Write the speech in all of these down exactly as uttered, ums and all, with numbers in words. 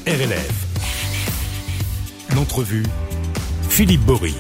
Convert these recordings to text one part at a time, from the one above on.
R L F. L'entrevue, Philippe Bory.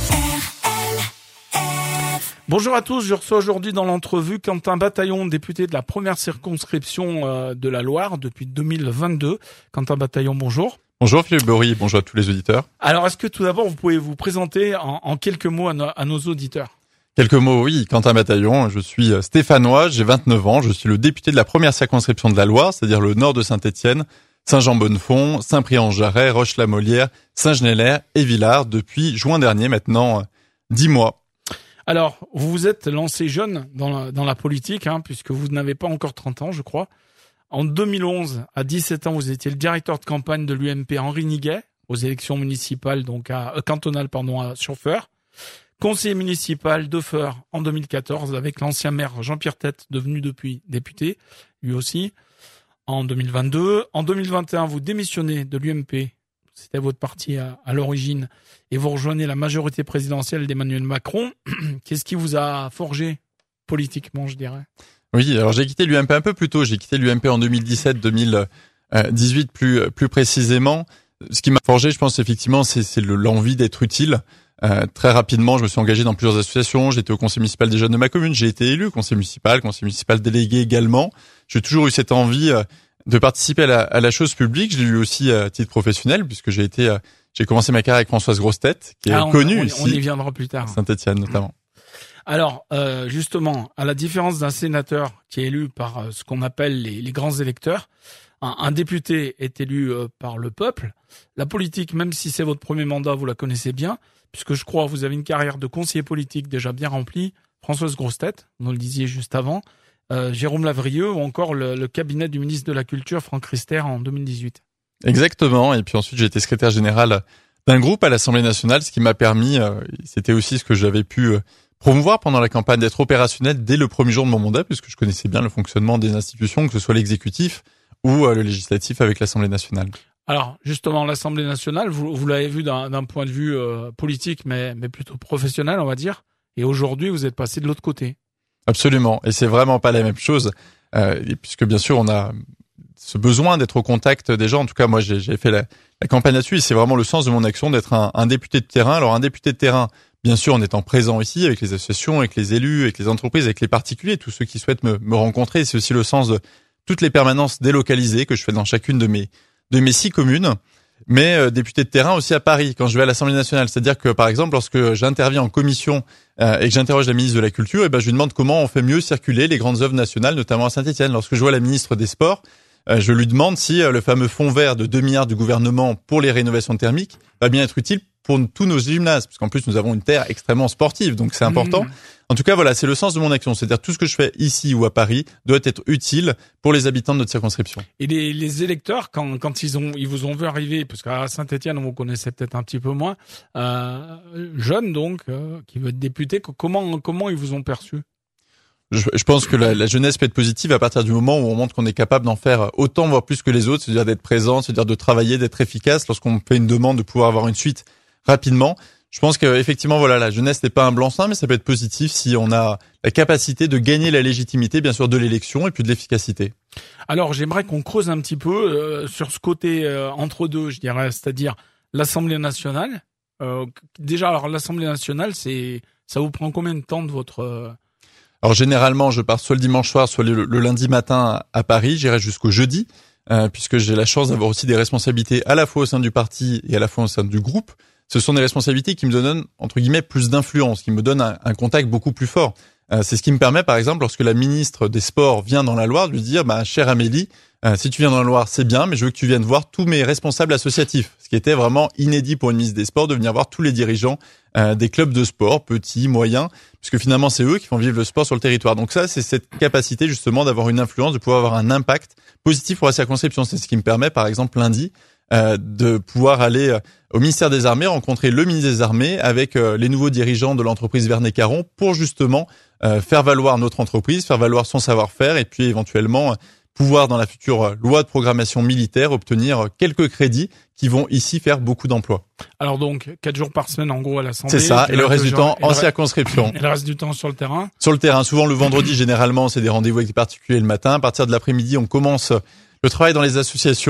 Bonjour à tous, je reçois aujourd'hui dans l'entrevue Quentin Bataillon, député de la première circonscription euh, de la Loire depuis deux mille vingt-deux. Quentin Bataillon, bonjour. Bonjour Philippe Bory, bonjour à tous les auditeurs. Alors, est-ce que tout d'abord, vous pouvez vous présenter en, en quelques mots à, no, à nos auditeurs? Quelques mots, oui. Quentin Bataillon, je suis stéphanois, j'ai vingt-neuf ans, je suis le député de la première circonscription de la Loire, c'est-à-dire le nord de Saint-Étienne, Saint-Jean-Bonnefond, Saint-Priest-en-Jarret, Roche-la-Molière, Saint-Genélaire et Villars depuis juin dernier, maintenant dix mois. Alors, vous vous êtes lancé jeune dans la, dans la politique, hein, puisque vous n'avez pas encore trente ans, je crois. En deux mille onze, à dix-sept ans, vous étiez le directeur de campagne de l'U M P Henri Niguet, aux élections municipales, donc à euh, cantonales, pardon, à Surfeur. Conseiller municipal de Feur en deux mille quatorze avec l'ancien maire Jean-Pierre Tête, devenu depuis député, lui aussi, en deux mille vingt-deux. En deux mille vingt et un, vous démissionnez de l'U M P, c'était votre parti à, à l'origine, et vous rejoignez la majorité présidentielle d'Emmanuel Macron. Qu'est-ce qui vous a forgé politiquement, je dirais? Oui, alors j'ai quitté l'U M P un peu plus tôt, j'ai quitté l'U M P en deux mille dix-sept deux mille dix-huit plus plus précisément. Ce qui m'a forgé, je pense effectivement, c'est, c'est le, l'envie d'être utile. Euh, très rapidement, je me suis engagé dans plusieurs associations. J'étais au conseil municipal des jeunes de ma commune. J'ai été élu conseil municipal, conseil municipal délégué également. J'ai toujours eu cette envie euh, de participer à la, à la chose publique. Je l'ai eu aussi à titre professionnel puisque j'ai été, euh, j'ai commencé ma carrière avec Françoise Grossetête, qui est ah, on, connue on, ici. On y viendra plus tard. Saint-Étienne notamment. Alors, euh, justement, à la différence d'un sénateur qui est élu par euh, ce qu'on appelle les, les grands électeurs, un, un député est élu euh, par le peuple. La politique, même si c'est votre premier mandat, vous la connaissez bien, puisque je crois que vous avez une carrière de conseiller politique déjà bien remplie. Françoise Grossetête, vous le disiez juste avant, euh, Jérôme Lavrieux ou encore le, le cabinet du ministre de la Culture, Franck Rister, en deux mille dix-huit. Exactement, et puis ensuite j'ai été secrétaire général d'un groupe à l'Assemblée nationale, ce qui m'a permis, euh, c'était aussi ce que j'avais pu euh, promouvoir pendant la campagne, d'être opérationnel dès le premier jour de mon mandat, puisque je connaissais bien le fonctionnement des institutions, que ce soit l'exécutif ou euh, le législatif avec l'Assemblée nationale. Alors, justement, l'Assemblée nationale, vous, vous l'avez vu d'un, d'un point de vue euh, politique, mais, mais plutôt professionnel, on va dire. Et aujourd'hui, vous êtes passé de l'autre côté. Absolument. Et c'est vraiment pas la même chose, euh, puisque bien sûr, on a ce besoin d'être au contact des gens. En tout cas, moi, j'ai, j'ai fait la, la campagne là-dessus et c'est vraiment le sens de mon action d'être un, un député de terrain. Alors, un député de terrain, bien sûr, en étant présent ici avec les associations, avec les élus, avec les entreprises, avec les particuliers, tous ceux qui souhaitent me, me rencontrer. C'est aussi le sens de toutes les permanences délocalisées que je fais dans chacune de mes de mes six communes, mais euh, député de terrain aussi à Paris, quand je vais à l'Assemblée nationale. C'est-à-dire que, par exemple, lorsque j'interviens en commission euh, et que j'interroge la ministre de la Culture, et ben, je lui demande comment on fait mieux circuler les grandes œuvres nationales, notamment à Saint-Étienne. Lorsque je vois la ministre des Sports, euh, je lui demande si euh, le fameux fonds vert de deux milliards du gouvernement pour les rénovations thermiques va bien être utile pour tous nos gymnases, parce qu'en plus, nous avons une terre extrêmement sportive, donc c'est important. Mmh. En tout cas, voilà, c'est le sens de mon action. C'est-à-dire tout ce que je fais ici ou à Paris doit être utile pour les habitants de notre circonscription. Et les, les électeurs, quand, quand ils ont, ils vous ont vu arriver, parce qu'à Saint-Étienne, on vous connaissait peut-être un petit peu moins, euh, jeune donc, euh, qui veut être député, comment, comment ils vous ont perçu? Je, je pense que la, la jeunesse peut être positive à partir du moment où on montre qu'on est capable d'en faire autant, voire plus que les autres, c'est-à-dire d'être présent, c'est-à-dire de travailler, d'être efficace. Lorsqu'on fait une demande, de pouvoir avoir une suite rapidement. Je pense que effectivement, voilà, la jeunesse n'est pas un blanc-seing, mais ça peut être positif si on a la capacité de gagner la légitimité, bien sûr, de l'élection et puis de l'efficacité. Alors, j'aimerais qu'on creuse un petit peu euh, sur ce côté euh, entre deux, je dirais, c'est-à-dire l'Assemblée nationale. Euh, déjà, alors l'Assemblée nationale, c'est ça vous prend combien de temps de votre euh... Alors généralement, je pars soit le dimanche soir, soit le, le lundi matin à Paris. J'irai jusqu'au jeudi, euh, puisque j'ai la chance d'avoir aussi des responsabilités à la fois au sein du parti et à la fois au sein du groupe. Ce sont des responsabilités qui me donnent, entre guillemets, plus d'influence, qui me donnent un, un contact beaucoup plus fort. Euh, c'est ce qui me permet, par exemple, lorsque la ministre des Sports vient dans la Loire, de lui dire, bah, chère Amélie, euh, si tu viens dans la Loire, c'est bien, mais je veux que tu viennes voir tous mes responsables associatifs. Ce qui était vraiment inédit pour une ministre des Sports, de venir voir tous les dirigeants euh, des clubs de sport, petits, moyens, puisque finalement, c'est eux qui font vivre le sport sur le territoire. Donc ça, c'est cette capacité, justement, d'avoir une influence, de pouvoir avoir un impact positif pour la circonscription. C'est ce qui me permet, par exemple, lundi, Euh, de pouvoir aller euh, au ministère des Armées, rencontrer le ministre des Armées avec euh, les nouveaux dirigeants de l'entreprise Vernet-Caron pour justement euh, faire valoir notre entreprise, faire valoir son savoir-faire et puis éventuellement euh, pouvoir dans la future loi de programmation militaire obtenir quelques crédits qui vont ici faire beaucoup d'emplois. Alors donc, quatre jours par semaine en gros à l'Assemblée. C'est ça, et le reste du temps en circonscription. Et le reste du temps sur le terrain. Sur le terrain, souvent le vendredi généralement c'est des rendez-vous avec des particuliers le matin. À partir de l'après-midi on commence le travail dans les associations.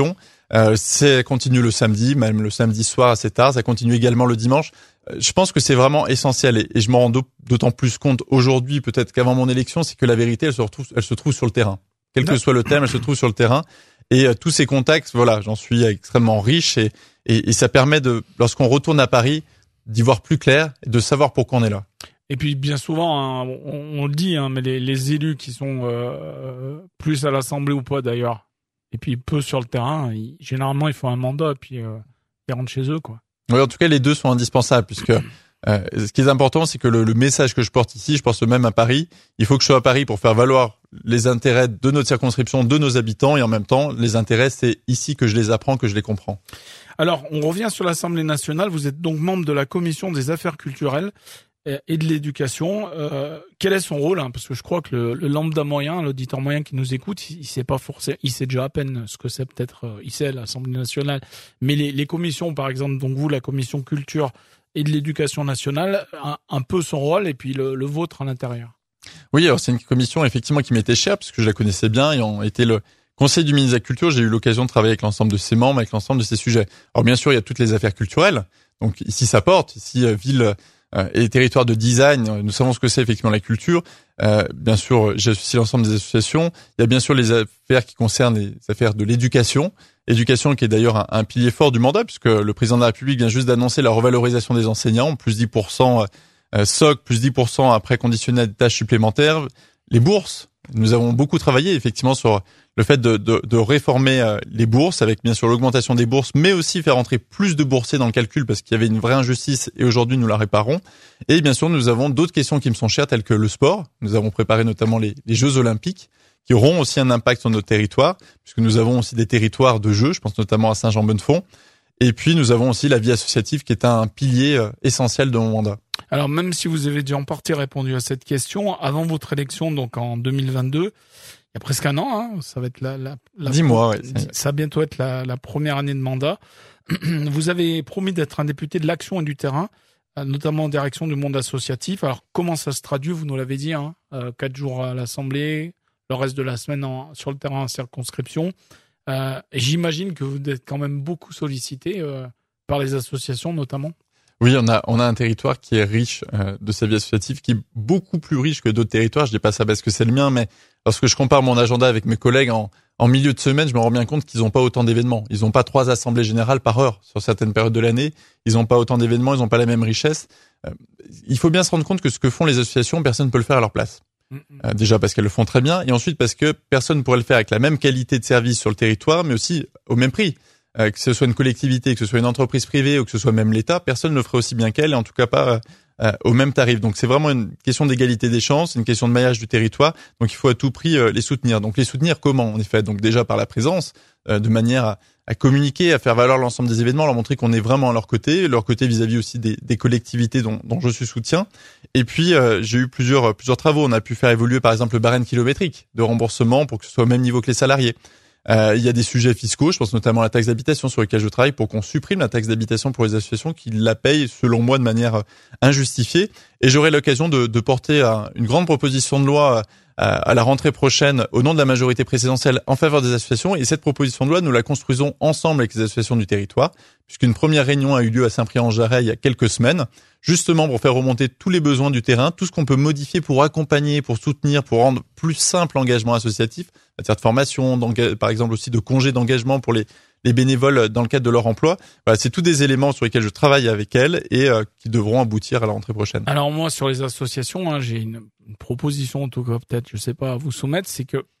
Euh, ça continue le samedi, même le samedi soir assez tard. Ça continue également le dimanche. Euh, je pense que c'est vraiment essentiel et, et je m'en rends d'autant plus compte aujourd'hui, peut-être qu'avant mon élection, c'est que la vérité, elle se retrouve, elle se trouve sur le terrain. Quel que soit le thème, elle se trouve sur le terrain. Et euh, tous ces contacts, voilà, j'en suis extrêmement riche et, et, et ça permet de, lorsqu'on retourne à Paris, d'y voir plus clair et de savoir pourquoi on est là. Et puis bien souvent, hein, on, on le dit, hein, mais les, les élus qui sont euh, plus à l'Assemblée ou pas d'ailleurs, et puis peu sur le terrain, ils, généralement ils font un mandat et puis euh, ils rentrent chez eux, quoi. Oui, en tout cas, les deux sont indispensables puisque euh, ce qui est important, c'est que le, le message que je porte ici, je pense même à Paris, il faut que je sois à Paris pour faire valoir les intérêts de notre circonscription, de nos habitants, et en même temps, les intérêts, c'est ici que je les apprends, que je les comprends. Alors, on revient sur l'Assemblée nationale. Vous êtes donc membre de la Commission des affaires culturelles et de l'éducation. Euh, quel est son rôle, hein? Parce que je crois que le, le lambda moyen, l'auditeur moyen qui nous écoute, il, il sait pas forcément, il sait déjà à peine ce que c'est peut-être, euh, il sait l'Assemblée nationale. Mais les, les commissions, par exemple, donc vous, la Commission culture et de l'éducation nationale, un, un peu son rôle, et puis le, le vôtre à l'intérieur. Oui, alors c'est une commission effectivement qui m'était chère parce que je la connaissais bien et on était le conseil du ministre de la Culture. J'ai eu l'occasion de travailler avec l'ensemble de ses membres, avec l'ensemble de ces sujets. Alors bien sûr, il y a toutes les affaires culturelles. Donc ici, ça porte. Ici, euh, ville euh, et territoire de design. Nous savons ce que c'est effectivement la culture. Euh, bien sûr, j'associe l'ensemble des associations. Il y a bien sûr les affaires qui concernent les affaires de l'éducation. Éducation qui est d'ailleurs un, un pilier fort du mandat puisque le président de la République vient juste d'annoncer la revalorisation des enseignants, plus dix pour cent euh, S O C, plus dix pour cent après conditionné à des tâches supplémentaires. Les bourses, nous avons beaucoup travaillé effectivement sur le fait de, de, de réformer euh, les bourses avec bien sûr l'augmentation des bourses, mais aussi faire entrer plus de boursiers dans le calcul parce qu'il y avait une vraie injustice et aujourd'hui nous la réparons. Et bien sûr nous avons d'autres questions qui me sont chères telles que le sport. Nous avons préparé notamment les, les Jeux Olympiques qui auront aussi un impact sur notre territoire puisque nous avons aussi des territoires de jeux, je pense notamment à Saint-Jean-Bonnefond. Et puis nous avons aussi la vie associative qui est un pilier euh, essentiel de mon mandat. Alors même si vous avez déjà en partie répondu à cette question, avant votre élection, donc en deux mille vingt-deux, il y a presque un an, hein, ça va être la, la, la Dix mois, ouais, ça va bientôt être la, la première année de mandat. Vous avez promis d'être un député de l'action et du terrain, notamment en direction du monde associatif. Alors comment ça se traduit? Vous nous l'avez dit, hein, euh, quatre jours à l'Assemblée, le reste de la semaine en, sur le terrain en circonscription. Euh, j'imagine que vous êtes quand même beaucoup sollicité euh, par les associations notamment. Oui, on a on a un territoire qui est riche euh, de sa vie associative, qui est beaucoup plus riche que d'autres territoires. Je dis pas ça parce que c'est le mien, mais lorsque je compare mon agenda avec mes collègues en, en milieu de semaine, je me rends bien compte qu'ils n'ont pas autant d'événements. Ils n'ont pas trois assemblées générales par heure sur certaines périodes de l'année. Ils n'ont pas autant d'événements, ils n'ont pas la même richesse. Euh, il faut bien se rendre compte que ce que font les associations, personne ne peut le faire à leur place. Euh, déjà parce qu'elles le font très bien, et ensuite parce que personne ne pourrait le faire avec la même qualité de service sur le territoire, mais aussi au même prix. Euh, que ce soit une collectivité, que ce soit une entreprise privée ou que ce soit même l'État, personne ne le ferait aussi bien qu'elle, et en tout cas pas euh, au même tarif. Donc c'est vraiment une question d'égalité des chances, une question de maillage du territoire. Donc il faut à tout prix euh, les soutenir. Donc les soutenir comment, en effet? Donc déjà par la présence, euh, de manière à, à communiquer, à faire valoir l'ensemble des événements, leur montrer qu'on est vraiment à leur côté, leur côté vis-à-vis aussi des, des collectivités dont, dont je suis soutien. Et puis euh, j'ai eu plusieurs plusieurs travaux. On a pu faire évoluer par exemple le barème kilométrique de remboursement pour que ce soit au même niveau que les salariés. Euh, il y a des sujets fiscaux, je pense notamment à la taxe d'habitation sur lesquels je travaille pour qu'on supprime la taxe d'habitation pour les associations qui la payent selon moi de manière injustifiée. Et j'aurai l'occasion de, de porter une grande proposition de loi à la rentrée prochaine au nom de la majorité présidentielle en faveur des associations. Et cette proposition de loi, nous la construisons ensemble avec les associations du territoire, puisqu'une première réunion a eu lieu à Saint-Priest-en-Jarret il y a quelques semaines, justement pour faire remonter tous les besoins du terrain, tout ce qu'on peut modifier pour accompagner, pour soutenir, pour rendre plus simple l'engagement associatif, en matière de formation, par exemple aussi de congés d'engagement pour les, les bénévoles dans le cadre de leur emploi. Voilà, c'est tous des éléments sur lesquels je travaille avec elles et euh, qui devront aboutir à la rentrée prochaine. Alors moi, sur les associations, hein, j'ai une, une proposition, en tout cas peut-être, je sais pas, à vous soumettre, c'est que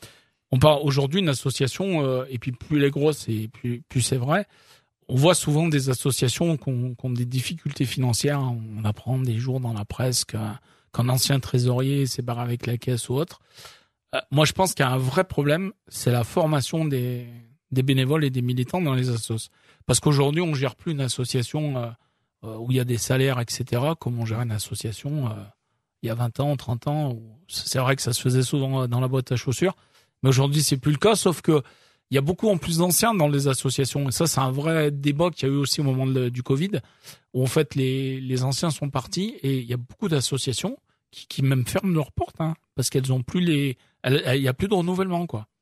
on parle aujourd'hui d'une association, euh, et puis plus elle est grosse et plus, plus c'est vrai. On voit souvent des associations qui ont, qui ont des difficultés financières. On apprend des jours dans la presse qu'un, qu'un ancien trésorier s'est barré avec la caisse ou autre. Euh, moi, je pense qu'il y a un vrai problème, c'est la formation des, des bénévoles et des militants dans les assos. Parce qu'aujourd'hui, on gère plus une association euh, où il y a des salaires, et cetera, comme on gère une association euh, il y a vingt ans, trente ans. Où c'est vrai que ça se faisait souvent dans la boîte à chaussures. Mais aujourd'hui, c'est plus le cas, sauf que il y a beaucoup en plus d'anciens dans les associations. Et ça, c'est un vrai débat qu'il y a eu aussi au moment de, du Covid, où en fait, les, les anciens sont partis et il y a beaucoup d'associations qui, qui même ferment leurs portes, hein, parce qu'elles ont plus les, il y a plus de renouvellement, quoi.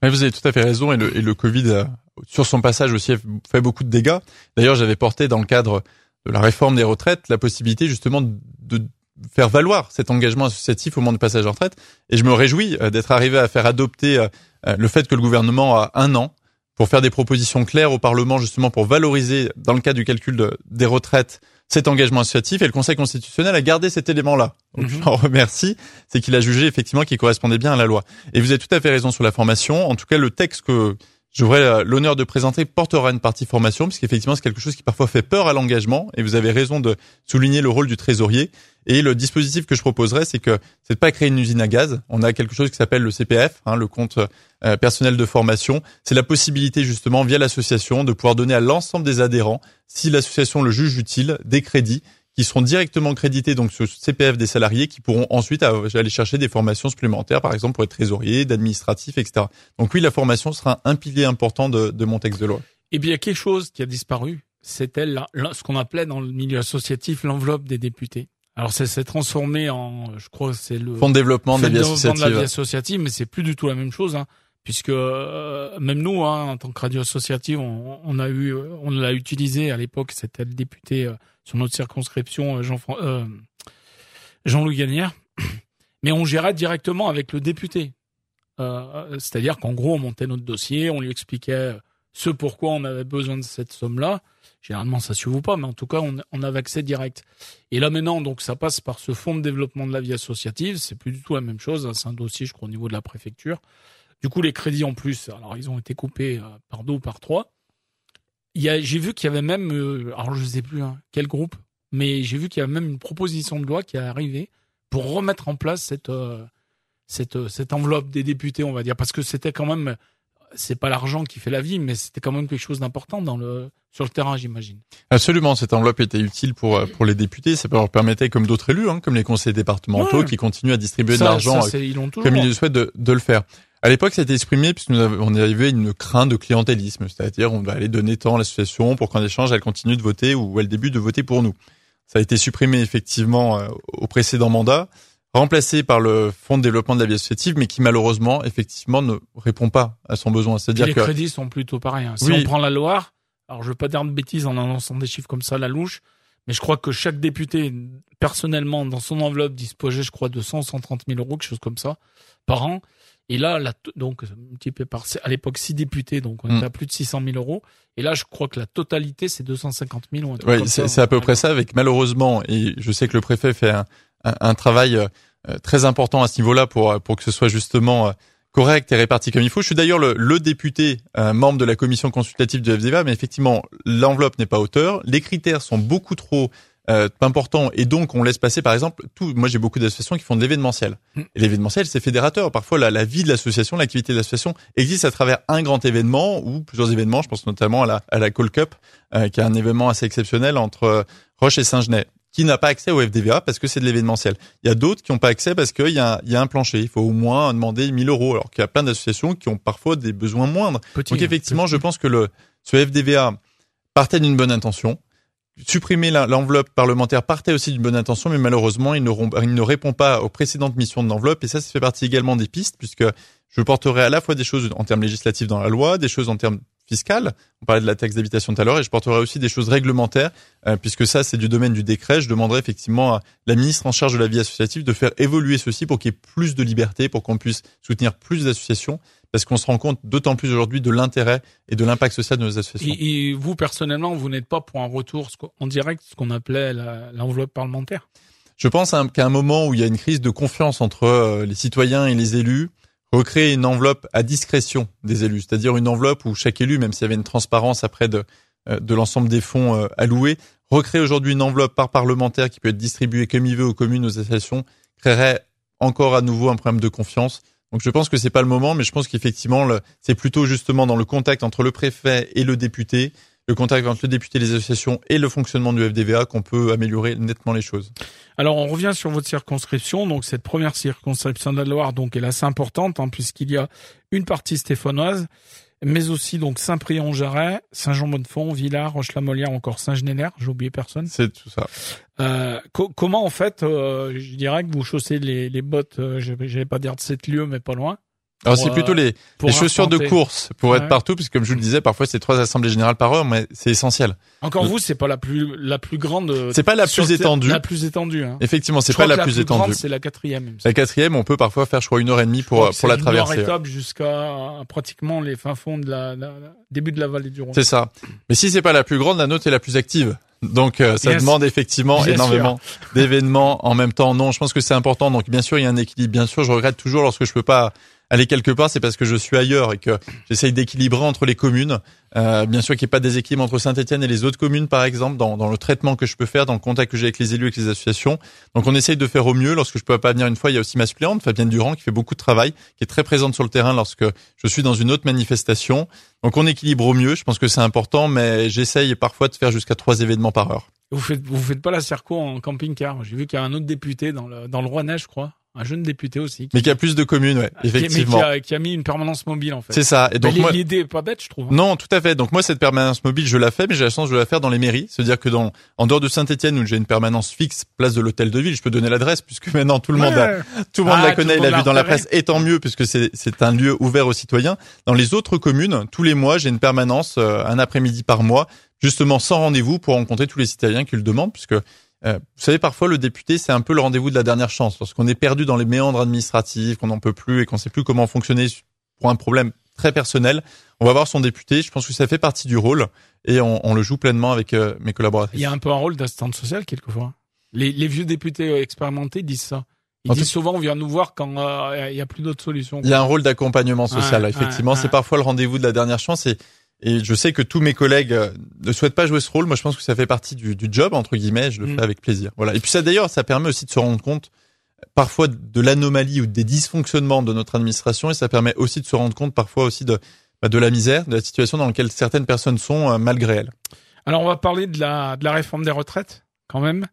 Mais vous avez tout à fait raison, et le, et le Covid, a, sur son passage aussi, a fait beaucoup de dégâts. D'ailleurs, j'avais porté dans le cadre de la réforme des retraites la possibilité justement de faire valoir cet engagement associatif au moment du passage en retraite. Et je me réjouis d'être arrivé à faire adopter le fait que le gouvernement a un an pour faire des propositions claires au Parlement, justement pour valoriser, dans le cadre du calcul de, des retraites, cet engagement associatif. Et le Conseil constitutionnel a gardé cet élément-là. Donc, mm-hmm. je l'en remercie. C'est qu'il a jugé effectivement qu'il correspondait bien à la loi. Et vous avez tout à fait raison sur la formation. En tout cas, le texte que j'aurai l'honneur de présenter portera une partie formation, puisqu'effectivement, c'est quelque chose qui parfois fait peur à l'engagement. Et vous avez raison de souligner le rôle du trésorier. Et le dispositif que je proposerais, c'est que c'est de pas créer une usine à gaz. On a quelque chose qui s'appelle le C P F, hein, le compte euh, personnel de formation. C'est la possibilité justement via l'association de pouvoir donner à l'ensemble des adhérents, si l'association le juge utile, des crédits qui seront directement crédités donc sur le C P F des salariés, qui pourront ensuite aller chercher des formations supplémentaires, par exemple pour être trésorier, d'administratif, et cetera. Donc oui, la formation sera un pilier important de, de mon texte de loi. Et bien, il y a quelque chose qui a disparu, c'était la, la, ce qu'on appelait dans le milieu associatif l'enveloppe des députés. Alors, ça s'est transformé en, je crois, c'est le fonds de développement de la vie associative. de la vie associative, mais c'est plus du tout la même chose, hein, puisque euh, même nous, hein, en tant que radio associative, on, on a eu, on l'a utilisé à l'époque. C'était le député euh, sur notre circonscription, Jean euh, Jean-Louis Gagnère, mais on gérait directement avec le député. Euh, c'est-à-dire qu'en gros, on montait notre dossier, on lui expliquait ce pourquoi on avait besoin de cette somme-là. Généralement, ça suit ou pas, mais en tout cas, on, on avait accès direct. Et là, maintenant, donc, ça passe par ce fonds de développement de la vie associative. C'est plus du tout la même chose. C'est un dossier, je crois, au niveau de la préfecture. Du coup, les crédits en plus, alors, ils ont été coupés par deux ou par trois. Il y a, j'ai vu qu'il y avait même, euh, alors, je sais plus, hein, quel groupe, mais j'ai vu qu'il y avait même une proposition de loi qui est arrivée pour remettre en place cette, euh, cette, cette enveloppe des députés, on va dire, parce que c'était quand même, c'est pas l'argent qui fait la vie, mais c'était quand même quelque chose d'important dans le, sur le terrain, j'imagine. Absolument, cette enveloppe était utile pour pour les députés. Ça leur permettait, comme d'autres élus, hein, comme les conseillers départementaux, ouais. qui continuent à distribuer ça, de l'argent ça, ils l'ont comme ils le souhaitent, de, de le faire. À l'époque, ça a été exprimé puisque nous avons, on est arrivé à une crainte de clientélisme, c'est-à-dire on va aller donner tant à l'association pour qu'en échange elle continue de voter ou elle débute de voter pour nous. Ça a été supprimé effectivement euh, au précédent mandat, remplacé par le Fonds de développement de la vie associative, mais qui malheureusement, effectivement, ne répond pas à son besoin. C'est-à-dire les que les crédits sont plutôt pareils. Hein. Si oui. on prend la Loire, alors je veux pas dire de bêtises en annonçant des chiffres comme ça à la louche, mais je crois que chaque député, personnellement, dans son enveloppe, disposait, je crois, de cent, cent trente mille euros, quelque chose comme ça, par an. Et là, là donc, multiplié par, à l'époque, six députés, donc on mmh. était à plus de six cent mille euros. Et là, je crois que la totalité, c'est deux cent cinquante mille ou un truc oui, comme c'est, ça. c'est à peu près ça, avec malheureusement, et je sais que le préfet fait un, un, un travail euh, très important à ce niveau-là pour, pour que ce soit justement euh, correct et réparti comme il faut. Je suis d'ailleurs le, le député euh, membre de la commission consultative du F D V A, mais effectivement, l'enveloppe n'est pas à hauteur. Les critères sont beaucoup trop Euh, important, et donc on laisse passer par exemple tout. Moi j'ai beaucoup d'associations qui font de l'événementiel, et l'événementiel c'est fédérateur. Parfois la, la vie de l'association, l'activité de l'association existe à travers un grand événement ou plusieurs événements. Je pense notamment à la, à la Call Cup euh, qui est un événement assez exceptionnel entre Roche et Saint-Genès, qui n'a pas accès au F D V A parce que c'est de l'événementiel. Il y a d'autres qui n'ont pas accès parce qu'il y a, il y a un plancher, il faut au moins demander mille euros, alors qu'il y a plein d'associations qui ont parfois des besoins moindres. Petit, donc effectivement, petit. Je pense que le ce F D V A partait d'une bonne intention. Supprimer la, l'enveloppe parlementaire partait aussi d'une bonne intention, mais malheureusement, il ne, il ne répond pas aux précédentes missions de l'enveloppe, et ça, ça fait partie également des pistes, puisque je porterai à la fois des choses en termes législatifs dans la loi, des choses en termes fiscales, on parlait de la taxe d'habitation tout à l'heure, et je porterai aussi des choses réglementaires, euh, puisque ça, c'est du domaine du décret. Je demanderai effectivement à la ministre en charge de la vie associative de faire évoluer ceci pour qu'il y ait plus de liberté, pour qu'on puisse soutenir plus d'associations, parce qu'on se rend compte d'autant plus aujourd'hui de l'intérêt et de l'impact social de nos associations. Et, et vous, personnellement, vous n'êtes pas pour un retour en direct, ce qu'on appelait la, l'enveloppe parlementaire? Je pense qu'à un moment où il y a une crise de confiance entre les citoyens et les élus, recréer une enveloppe à discrétion des élus, c'est-à-dire une enveloppe où chaque élu, même s'il y avait une transparence après de, de l'ensemble des fonds alloués, recréer aujourd'hui une enveloppe par parlementaire qui peut être distribuée comme il veut aux communes, aux associations, créerait encore à nouveau un problème de confiance. Donc je pense que c'est pas le moment, mais je pense qu'effectivement le, c'est plutôt justement dans le contact entre le préfet et le député, le contact entre le député, les associations et le fonctionnement du F D V A qu'on peut améliorer nettement les choses. Alors on revient sur votre circonscription, donc cette première circonscription de la Loire, donc elle est assez importante hein, puisqu'il y a une partie stéphanoise, mais aussi donc Saint-Prion-Jarret, Saint-Jean-Bonnefonds, Villars, Roche-la-Molière, encore Saint-Genélaire, j'ai oublié personne. C'est tout ça. Euh, co- comment en fait, euh, je dirais que vous chaussez les, les bottes, euh, je vais pas dire de sept lieux, mais pas loin. Pour, Alors c'est plutôt les, les chaussures de course pour ouais. être partout, puisque comme je vous le disais, parfois c'est trois assemblées générales par heure, mais c'est essentiel. Encore vous, c'est pas la plus la plus grande. C'est pas la plus étendue. La plus étendue. Hein. Effectivement, c'est pas la, la plus étendue. Grande, c'est la quatrième. La quatrième, on peut parfois faire, je crois, une heure et demie pour pour la traverser. Une heure et top jusqu'à pratiquement les fins fonds de la, la, la début de la vallée du Rhône. C'est ça. Mais si c'est pas la plus grande, la nôtre est la plus active. Donc euh, ça yes. demande effectivement bien énormément sûr. d'événements en même temps. Non, je pense que c'est important. Donc bien sûr, il y a un équilibre. Bien sûr, je regrette toujours lorsque je peux pas aller quelque part, c'est parce que je suis ailleurs et que j'essaye d'équilibrer entre les communes. Euh, bien sûr qu'il n'y ait pas de déséquilibre entre Saint-Étienne et les autres communes, par exemple, dans, dans le traitement que je peux faire, dans le contact que j'ai avec les élus, avec les associations. Donc on essaye de faire au mieux. Lorsque je peux pas venir une fois, il y a aussi ma suppléante, Fabienne Durand, qui fait beaucoup de travail, qui est très présente sur le terrain lorsque je suis dans une autre manifestation. Donc on équilibre au mieux. Je pense que c'est important, mais j'essaye parfois de faire jusqu'à trois événements par heure. Vous faites, vous faites pas la Serco en camping-car. J'ai vu qu'il y a un autre député dans le, dans le Rouennais, je crois. Un jeune député aussi. Qui... Mais qui a plus de communes, ouais, effectivement. Mais qui a, qui a mis une permanence mobile, en fait. C'est ça. Et donc, moi... l'idée est pas bête, je trouve. Non, tout à fait. Donc, moi, cette permanence mobile, je la fais, mais j'ai la chance de la faire dans les mairies. C'est-à-dire que dans, en dehors de Saint-Étienne, où j'ai une permanence fixe, place de l'hôtel de ville, je peux donner l'adresse, puisque maintenant, tout le ouais. monde a, tout le monde ah, la connaît, il l'a vu dans la presse, et tant mieux, puisque c'est, c'est un lieu ouvert aux citoyens. Dans les autres communes, tous les mois, j'ai une permanence, euh, un après-midi par mois, justement sans rendez-vous pour rencontrer tous les citoyens qui le demandent, puisque Euh, vous savez, parfois, le député, c'est un peu le rendez-vous de la dernière chance. Lorsqu'on est perdu dans les méandres administratifs, qu'on n'en peut plus et qu'on sait plus comment fonctionner pour un problème très personnel, on va voir son député. Je pense que ça fait partie du rôle et on, on le joue pleinement avec euh, mes collaborateurs. Il y a un peu un rôle d'assistante sociale, quelquefois. Les, les vieux députés expérimentés disent ça. Ils en disent tout... souvent, on vient nous voir quand euh, il y a plus d'autres solutions. Il y a un rôle d'accompagnement social, ouais, effectivement. Ouais, c'est ouais. parfois le rendez-vous de la dernière chance et Et je sais que tous mes collègues ne souhaitent pas jouer ce rôle. Moi, je pense que ça fait partie du, du job, entre guillemets. Je le mmh. fais avec plaisir. Voilà. Et puis ça, d'ailleurs, ça permet aussi de se rendre compte parfois de l'anomalie ou des dysfonctionnements de notre administration. Et ça permet aussi de se rendre compte parfois aussi de, bah, de la misère, de la situation dans laquelle certaines personnes sont euh, malgré elles. Alors, on va parler de la, de la réforme des retraites, quand même,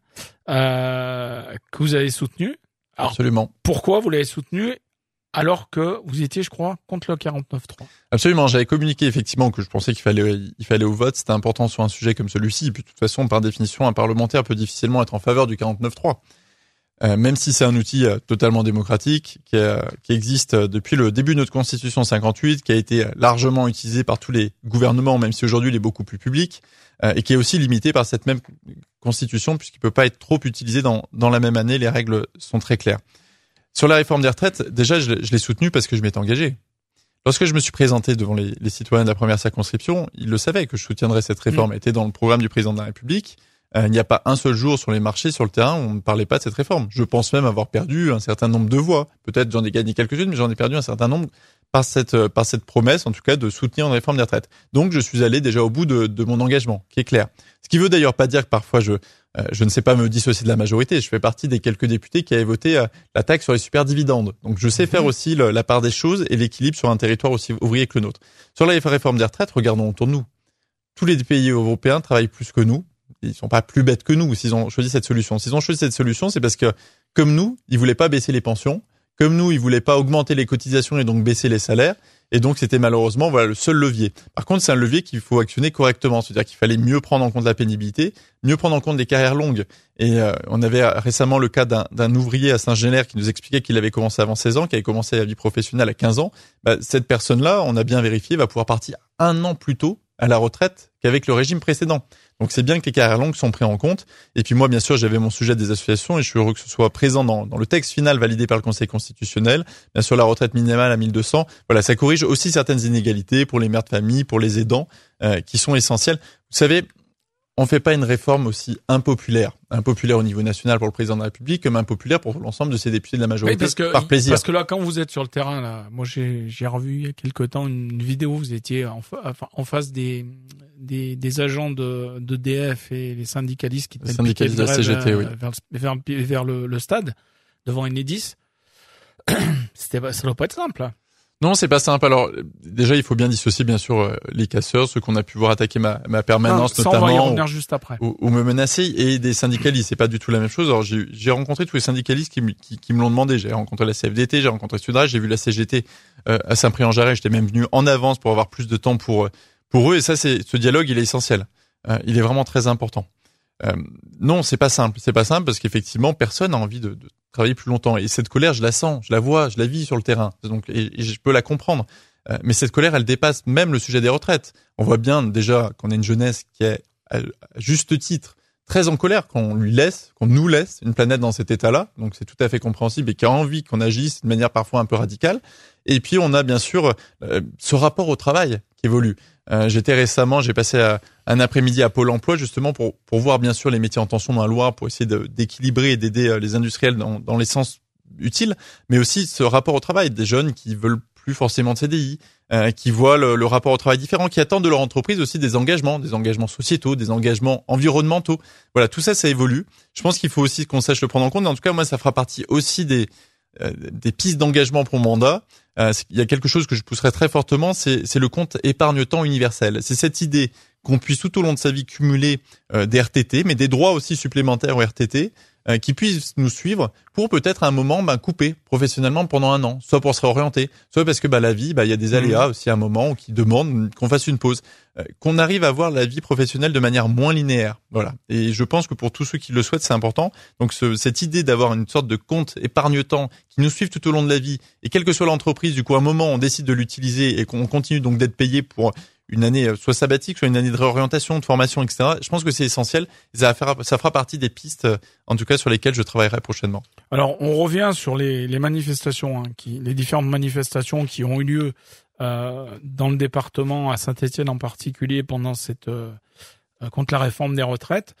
euh, que vous avez soutenue. Alors, absolument. Pourquoi vous l'avez soutenue alors que vous étiez, je crois, contre le quarante-neuf trois. Absolument, j'avais communiqué effectivement que je pensais qu'il fallait il fallait au vote, c'était important sur un sujet comme celui-ci. Et puis de toute façon, par définition, un parlementaire peut difficilement être en faveur du quarante-neuf trois. Euh, même si c'est un outil euh, totalement démocratique, qui, euh, qui existe depuis le début de notre Constitution cinquante-huit, qui a été largement utilisé par tous les gouvernements, même si aujourd'hui il est beaucoup plus public, euh, et qui est aussi limité par cette même Constitution, puisqu'il peut pas être trop utilisé dans, dans la même année, les règles sont très claires. Sur la réforme des retraites, déjà, je, je l'ai soutenue parce que je m'étais engagé. Lorsque je me suis présenté devant les, les citoyens de la première circonscription, ils le savaient que je soutiendrais cette réforme. Elle mmh. était dans le programme du président de la République. Euh, il n'y a pas un seul jour sur les marchés, sur le terrain, où on ne parlait pas de cette réforme. Je pense même avoir perdu un certain nombre de voix. Peut-être j'en ai gagné quelques-unes, mais j'en ai perdu un certain nombre par cette par cette promesse, en tout cas, de soutenir une réforme des retraites. Donc, je suis allé déjà au bout de, de mon engagement, qui est clair. Ce qui veut d'ailleurs pas dire que parfois je euh, je ne sais pas me dissocier de la majorité. Je fais partie des quelques députés qui avaient voté euh, la taxe sur les superdividendes. Donc, je sais faire aussi le, la part des choses et l'équilibre sur un territoire aussi ouvrier que le nôtre. Sur la réforme des retraites, regardons autour de nous. Tous les pays européens travaillent plus que nous. Ils sont pas plus bêtes que nous s'ils ont choisi cette solution. S'ils ont choisi cette solution, c'est parce que, comme nous, ils voulaient pas baisser les pensions. Comme nous, ils voulaient pas augmenter les cotisations et donc baisser les salaires. Et donc, c'était malheureusement, voilà, le seul levier. Par contre, c'est un levier qu'il faut actionner correctement. C'est-à-dire qu'il fallait mieux prendre en compte la pénibilité, mieux prendre en compte les carrières longues. Et euh, on avait récemment le cas d'un, d'un ouvrier à Saint-Généry qui nous expliquait qu'il avait commencé avant seize ans, qui avait commencé la vie professionnelle à quinze ans. Bah, cette personne-là, on a bien vérifié, va pouvoir partir un an plus tôt à la retraite qu'avec le régime précédent. Donc c'est bien que les carrières longues sont prises en compte. Et puis moi, bien sûr, j'avais mon sujet des associations et je suis heureux que ce soit présent dans, dans le texte final validé par le Conseil constitutionnel. Bien sûr, la retraite minimale à mille deux cents. Voilà, ça corrige aussi certaines inégalités pour les mères de famille, pour les aidants, euh, qui sont essentielles. Vous savez, on fait pas une réforme aussi impopulaire, impopulaire au niveau national pour le président de la République, comme impopulaire pour l'ensemble de ses députés de la majorité, parce que, par plaisir. Parce que là, quand vous êtes sur le terrain, là, moi j'ai, j'ai revu il y a quelque temps une vidéo, vous étiez en, fa- en face des, des, des agents de, de D F et les syndicalistes qui les syndicalistes de la C G T, oui. vers, vers, vers le, le stade, devant Enedis. C'était, ça doit pas être simple, là. Non, c'est pas simple. Alors, déjà, il faut bien dissocier, bien sûr, les casseurs, ceux qu'on a pu voir attaquer ma, ma permanence, non, ça, notamment. On va y revenir juste après. Ou, ou me menacer, et des syndicalistes. C'est pas du tout la même chose. Alors, j'ai, j'ai rencontré tous les syndicalistes qui, qui, qui me l'ont demandé. J'ai rencontré la C F D T, j'ai rencontré Sudra, j'ai vu la C G T euh, à Saint-Prix-en-Jarret. J'étais même venu en avance pour avoir plus de temps pour pour eux. Et ça, c'est ce dialogue, il est essentiel. Euh, il est vraiment très important. Euh, non, c'est pas simple. C'est pas simple parce qu'effectivement, personne n'a envie de, de travailler plus longtemps. Et cette colère, je la sens, je la vois, je la vis sur le terrain. Donc, et, et je peux la comprendre. Euh, mais cette colère, elle dépasse même le sujet des retraites. On voit bien déjà qu'on a une jeunesse qui est, à, à juste titre, très en colère, qu'on lui laisse, qu'on nous laisse une planète dans cet état-là. Donc c'est tout à fait compréhensible et qui a envie qu'on agisse de manière parfois un peu radicale. Et puis on a bien sûr euh, ce rapport au travail qui évolue. Euh, j'étais récemment, j'ai passé à, un après-midi à Pôle Emploi justement pour pour voir bien sûr les métiers en tension dans la Loire, pour essayer de, d'équilibrer et d'aider les industriels dans, dans les sens utiles, mais aussi ce rapport au travail des jeunes qui veulent plus forcément de C D I, euh, qui voient le, le rapport au travail différent, qui attendent de leur entreprise aussi des engagements, des engagements sociétaux, des engagements environnementaux. Voilà, tout ça, ça évolue. Je pense qu'il faut aussi qu'on sache le prendre en compte. En tout cas, moi, ça fera partie aussi des euh, des pistes d'engagement pour mon mandat. Euh, il y a quelque chose que je pousserai très fortement, c'est, c'est le compte épargne-temps universel. C'est cette idée qu'on puisse tout au long de sa vie cumuler euh, des R T T, mais des droits aussi supplémentaires aux R T T, euh, qui puissent nous suivre pour peut-être à un moment ben, couper professionnellement pendant un an, soit pour se réorienter, soit parce que ben, la vie, ben, il y a des aléas aussi à un moment qui demandent qu'on fasse une pause, euh, qu'on arrive à voir la vie professionnelle de manière moins linéaire. Voilà. Et je pense que pour tous ceux qui le souhaitent, c'est important. Donc ce, cette idée d'avoir une sorte de compte épargne-temps qui nous suive tout au long de la vie, et quelle que soit l'entreprise, du coup, à un moment, on décide de l'utiliser et qu'on continue donc d'être payé pour une année soit sabbatique, soit une année de réorientation, de formation, et cetera. Je pense que c'est essentiel. Ça, fera, ça fera partie des pistes, en tout cas, sur lesquelles je travaillerai prochainement. Alors, on revient sur les, les manifestations, hein, qui, les différentes manifestations qui ont eu lieu euh, dans le département, à Saint-Étienne en particulier, pendant cette euh, contre la réforme des retraites.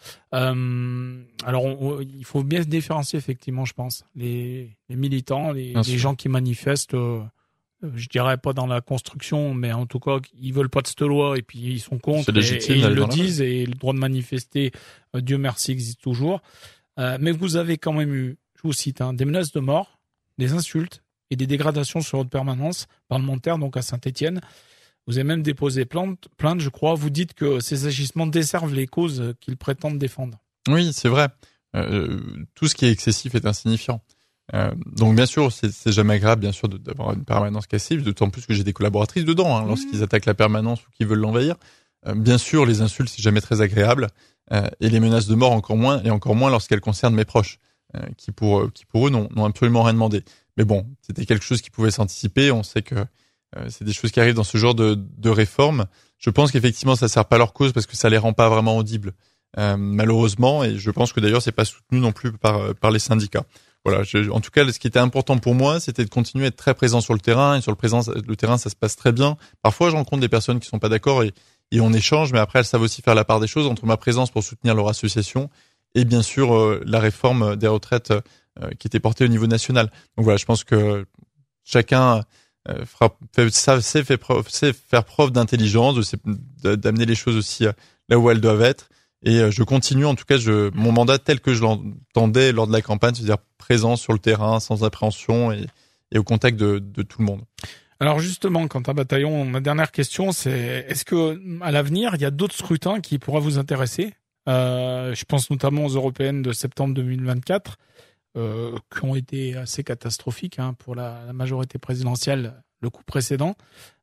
Euh, alors, on, on, il faut bien se différencier, effectivement, je pense. Les, les militants, les, les gens qui manifestent... Euh, je dirais pas dans la construction, mais en tout cas, ils veulent pas de cette loi et puis ils sont contre et, et ils le disent et le droit de manifester, euh, Dieu merci, existe toujours. Euh, mais vous avez quand même eu, je vous cite, hein, des menaces de mort, des insultes et des dégradations sur votre permanence parlementaire, donc à Saint-Étienne. Vous avez même déposé plainte, plainte, je crois. Vous dites que ces agissements desservent les causes qu'ils prétendent défendre. Oui, c'est vrai. Euh, tout ce qui est excessif est insignifiant. Euh, donc bien sûr, c'est, c'est jamais agréable, bien sûr, de, d'avoir une permanence cassive, d'autant plus que j'ai des collaboratrices dedans, hein, lorsqu'ils mmh. attaquent la permanence ou qu'ils veulent l'envahir. Euh, bien sûr, les insultes, c'est jamais très agréable, euh, et les menaces de mort encore moins, et encore moins lorsqu'elles concernent mes proches, euh, qui pour qui pour eux n'ont, n'ont absolument rien demandé. Mais bon, c'était quelque chose qui pouvait s'anticiper. On sait que euh, c'est des choses qui arrivent dans ce genre de, de réforme. Je pense qu'effectivement, ça sert pas à leur cause parce que ça les rend pas vraiment audibles, euh, malheureusement, et je pense que d'ailleurs, c'est pas soutenu non plus par par les syndicats. Voilà, je, en tout cas, ce qui était important pour moi, c'était de continuer à être très présent sur le terrain. Et sur le, présent, le terrain, ça se passe très bien. Parfois, je rencontre des personnes qui sont pas d'accord et, et on échange, mais après, elles savent aussi faire la part des choses entre ma présence pour soutenir leur association et bien sûr euh, la réforme des retraites euh, qui était portée au niveau national. Donc voilà, je pense que chacun euh, fera, fait, ça, sait, fait preuve, sait faire preuve d'intelligence, de, d'amener les choses aussi là où elles doivent être. Et je continue, en tout cas, je, mon mandat tel que je l'entendais lors de la campagne, c'est-à-dire présent sur le terrain, sans appréhension et, et au contact de, de tout le monde. Alors justement, Quentin Bataillon, ma dernière question, c'est est-ce que à l'avenir, il y a d'autres scrutins qui pourraient vous intéresser ? euh, Je pense notamment aux européennes de septembre deux mille vingt-quatre, euh, qui ont été assez catastrophiques hein, pour la, la majorité présidentielle, le coup précédent.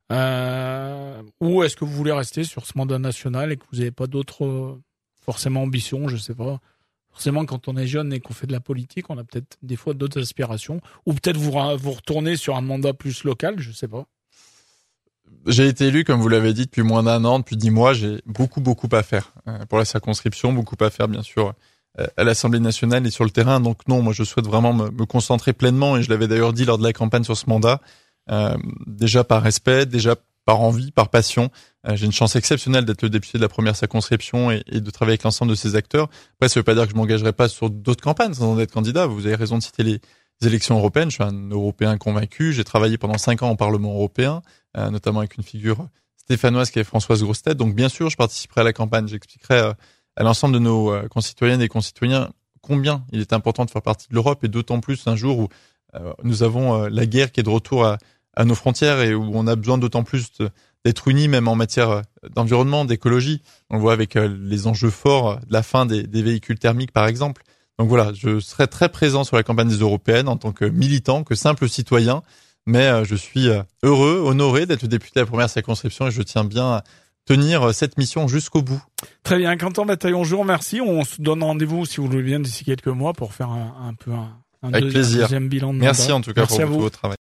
Euh, ou est-ce que vous voulez rester sur ce mandat national et que vous n'avez pas d'autres... Euh, forcément ambition, je sais pas. Forcément, quand on est jeune et qu'on fait de la politique, on a peut-être des fois d'autres aspirations. Ou peut-être vous vous retournez sur un mandat plus local, je sais pas. J'ai été élu, comme vous l'avez dit, depuis moins d'un an, depuis dix mois. J'ai beaucoup, beaucoup à faire pour la circonscription, beaucoup à faire, bien sûr, à l'Assemblée nationale et sur le terrain. Donc non, moi, je souhaite vraiment me, me concentrer pleinement. Et je l'avais d'ailleurs dit lors de la campagne sur ce mandat. Euh, déjà par respect, déjà par envie, par passion. Euh, j'ai une chance exceptionnelle d'être le député de la première circonscription et, et de travailler avec l'ensemble de ces acteurs. Après, ça veut pas dire que je m'engagerai pas sur d'autres campagnes sans en être candidat. Vous avez raison de citer les, les élections européennes. Je suis un Européen convaincu. J'ai travaillé pendant cinq ans au Parlement européen, euh, notamment avec une figure stéphanoise qui est Françoise Grossetête. Donc, bien sûr, je participerai à la campagne. J'expliquerai euh, à l'ensemble de nos euh, concitoyennes et concitoyens combien il est important de faire partie de l'Europe et d'autant plus un jour où euh, nous avons euh, la guerre qui est de retour à à nos frontières et où on a besoin d'autant plus de, d'être unis, même en matière d'environnement, d'écologie. On le voit avec les enjeux forts de la fin des, des véhicules thermiques, par exemple. Donc voilà, je serai très présent sur la campagne des européennes en tant que militant, que simple citoyen, mais je suis heureux, honoré d'être député de la première circonscription et je tiens bien à tenir cette mission jusqu'au bout. Très bien, Quentin Bataillon, je vous remercie. On se donne rendez-vous, si vous le voulez bien, d'ici quelques mois pour faire un, un peu un Un Avec deux- plaisir. un deuxième bilan de Merci mandat. en tout cas Merci pour à vous. votre travail.